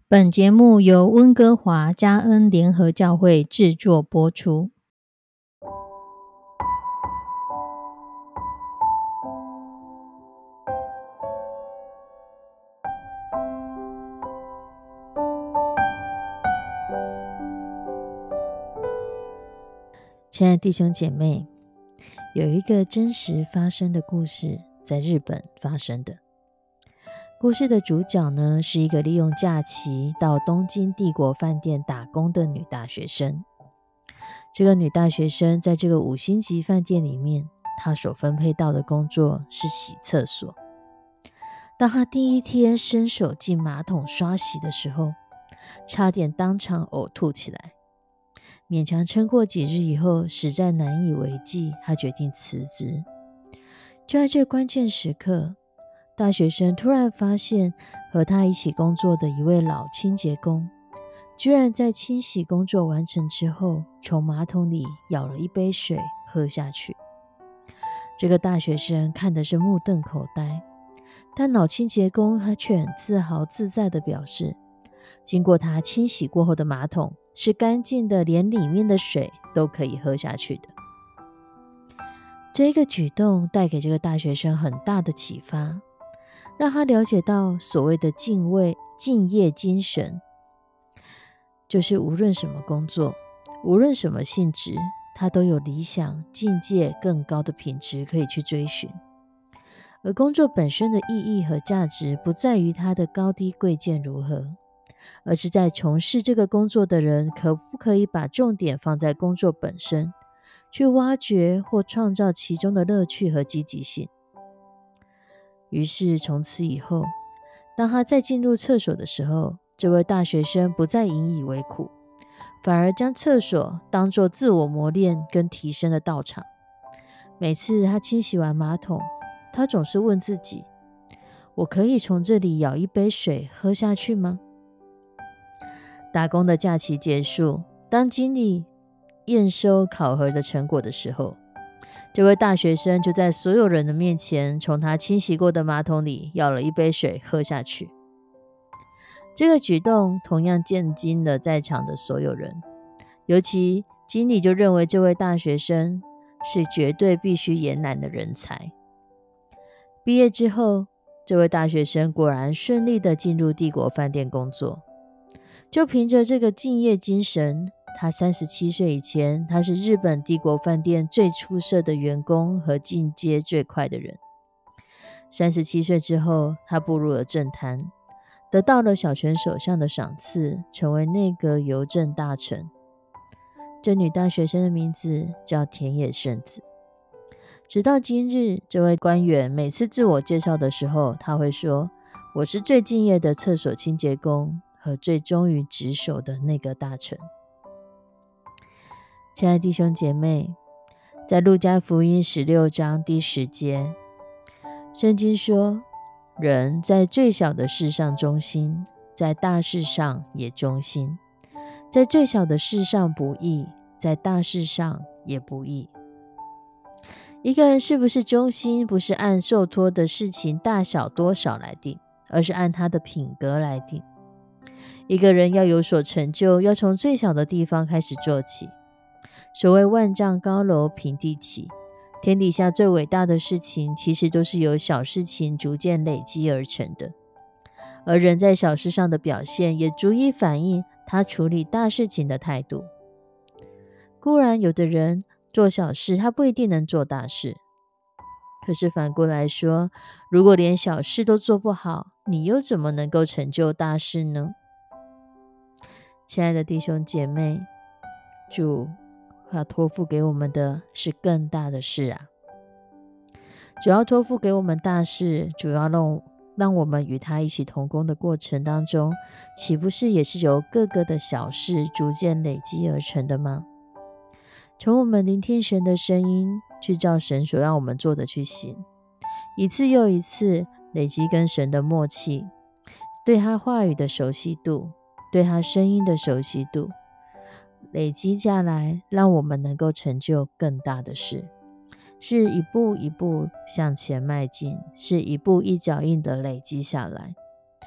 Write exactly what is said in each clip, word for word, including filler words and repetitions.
本节目由温哥华嘉恩联合教会制作播出。亲爱的弟兄姐妹，有一个真实发生的故事，在日本发生的。故事的主角呢，是一个利用假期到东京帝国饭店打工的女大学生。这个女大学生在这个五星级饭店里面，她所分配到的工作是洗厕所。当她第一天伸手进马桶刷洗的时候，差点当场呕吐起来。勉强撑过几日以后，实在难以为继，她决定辞职。就在这关键时刻，大学生突然发现和他一起工作的一位老清洁工，居然在清洗工作完成之后，从马桶里舀了一杯水喝下去。这个大学生看的是目瞪口呆，但老清洁工他却很自豪自在地表示，经过他清洗过后的马桶是干净的，连里面的水都可以喝下去的。这个举动带给这个大学生很大的启发，让他了解到所谓的敬畏、敬业精神，就是无论什么工作，无论什么性质，他都有理想、境界更高的品质可以去追寻。而工作本身的意义和价值，不在于它的高低贵贱如何，而是在从事这个工作的人可不可以把重点放在工作本身，去挖掘或创造其中的乐趣和积极性。于是从此以后，当他再进入厕所的时候，这位大学生不再引以为苦，反而将厕所当作自我磨练跟提升的道场。每次他清洗完马桶，他总是问自己，我可以从这里舀一杯水喝下去吗？打工的假期结束，当经理验收考核的成果的时候，这位大学生就在所有人的面前，从他清洗过的马桶里舀了一杯水喝下去。这个举动同样震惊了在场的所有人，尤其经理就认为这位大学生是绝对必须延揽的人才。毕业之后，这位大学生果然顺利地进入帝国饭店工作。就凭着这个敬业精神，他三十七岁以前，他是日本帝国饭店最出色的员工和进阶最快的人。三十七岁之后，他步入了政坛，得到了小泉首相的赏赐，成为内阁邮政大臣。这女大学生的名字叫田野圣子。直到今日，这位官员每次自我介绍的时候，他会说，我是最敬业的厕所清洁工和最忠于职守的内阁大臣。亲爱的弟兄姐妹，在路加福音十六章第十节，圣经说，人在最小的事上忠心，在大事上也忠心；在最小的事上不义，在大事上也不义。一个人是不是忠心，不是按受托的事情大小多少来定，而是按他的品格来定。一个人要有所成就，要从最小的地方开始做起。所谓万丈高楼平地起，天底下最伟大的事情，其实都是由小事情逐渐累积而成的。而人在小事上的表现，也足以反映他处理大事情的态度。固然有的人做小事，他不一定能做大事。可是反过来说，如果连小事都做不好，你又怎么能够成就大事呢？亲爱的弟兄姐妹，主要托付给我们的是更大的事啊！主要托付给我们大事，主要让让我们与他一起同工的过程当中，岂不是也是由各个的小事逐渐累积而成的吗？从我们聆听神的声音，去照神所让我们做的去行，一次又一次累积跟神的默契，对他话语的熟悉度，对他声音的熟悉度，累积下来，让我们能够成就更大的事，是一步一步向前迈进，是一步一脚印的累积下来。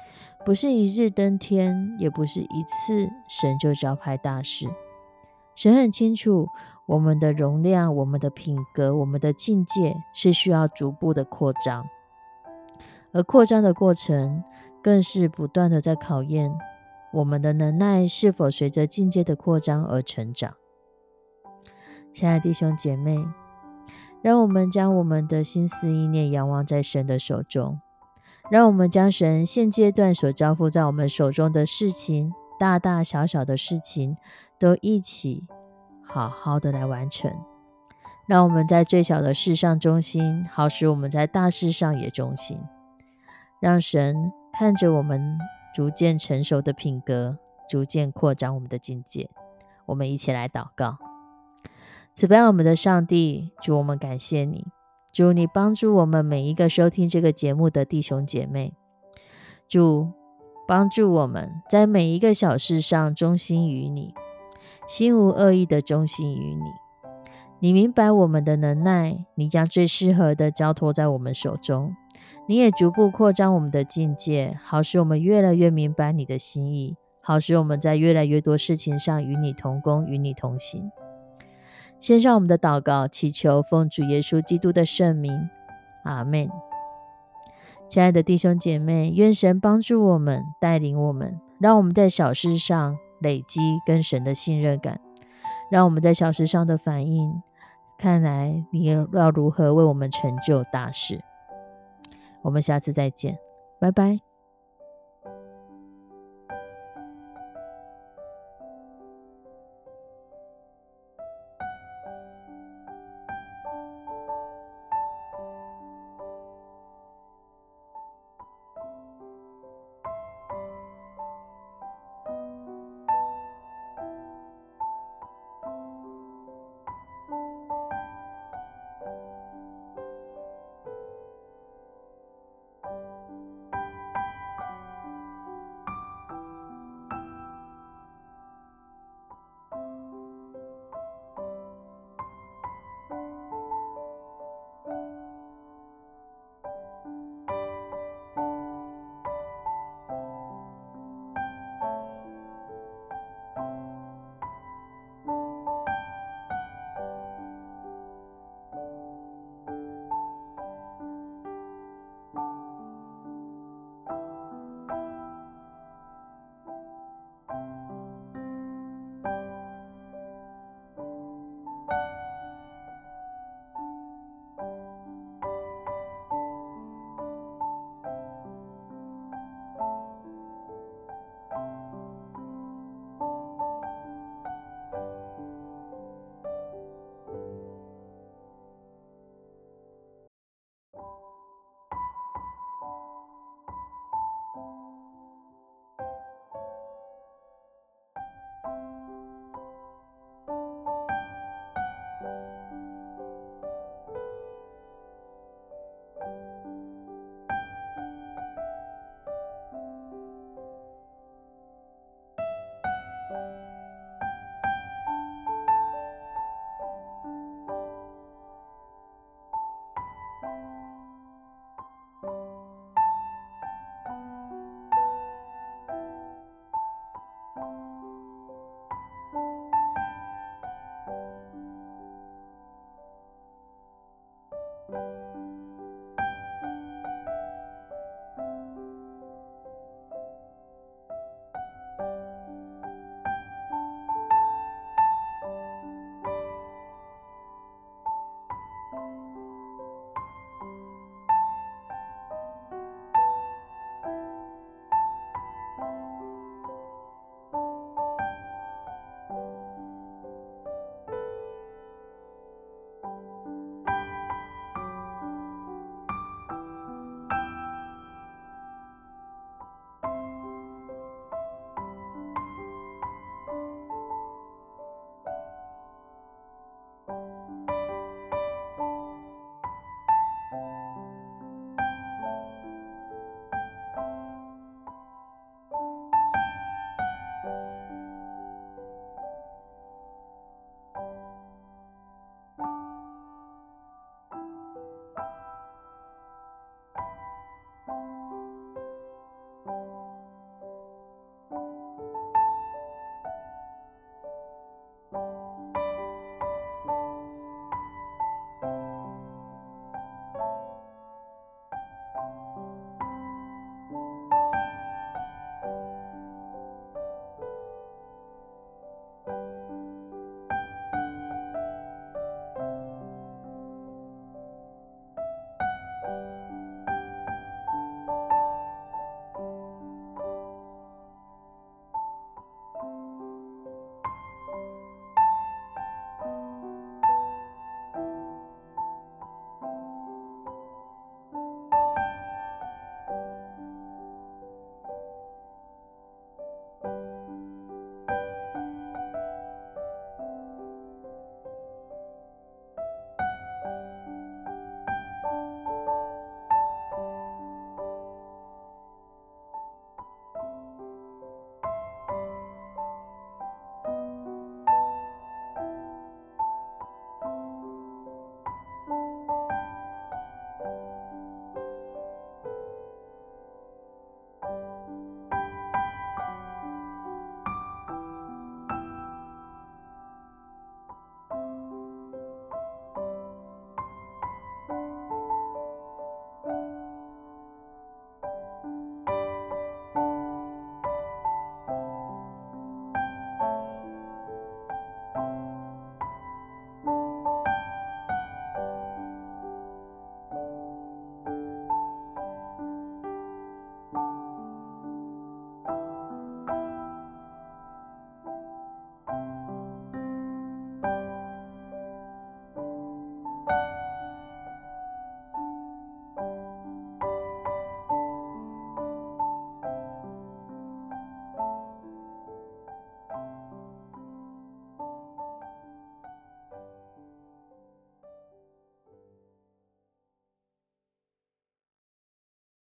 不是一日登天，也不是一次神就召派大事。神很清楚我们的容量、我们的品格、我们的境界是需要逐步的扩张，而扩张的过程更是不断的在考验我们的能耐是否随着境界的扩张而成长。亲爱的弟兄姐妹，让我们将我们的心思意念仰望在神的手中，让我们将神现阶段所交付在我们手中的事情，大大小小的事情，都一起好好的来完成。让我们在最小的事上忠心，好使我们在大事上也忠心。让神看着我们逐渐成熟的品格，逐渐扩张我们的境界。我们一起来祷告。慈悲我们的上帝，主，我们感谢你，主，你帮助我们每一个收听这个节目的弟兄姐妹，主，帮助我们在每一个小事上忠心于你，心无恶意的忠心于你。你明白我们的能耐，你将最适合的交托在我们手中，你也逐步扩张我们的境界，好使我们越来越明白你的心意，好使我们在越来越多事情上与你同工，与你同行。献上我们的祷告，祈求奉主耶稣基督的圣名，阿们。亲爱的弟兄姐妹，愿神帮助我们，带领我们，让我们在小事上累积跟神的信任感，让我们在小事上的反应，看来你要如何为我们成就大事。我们下次再见，拜拜。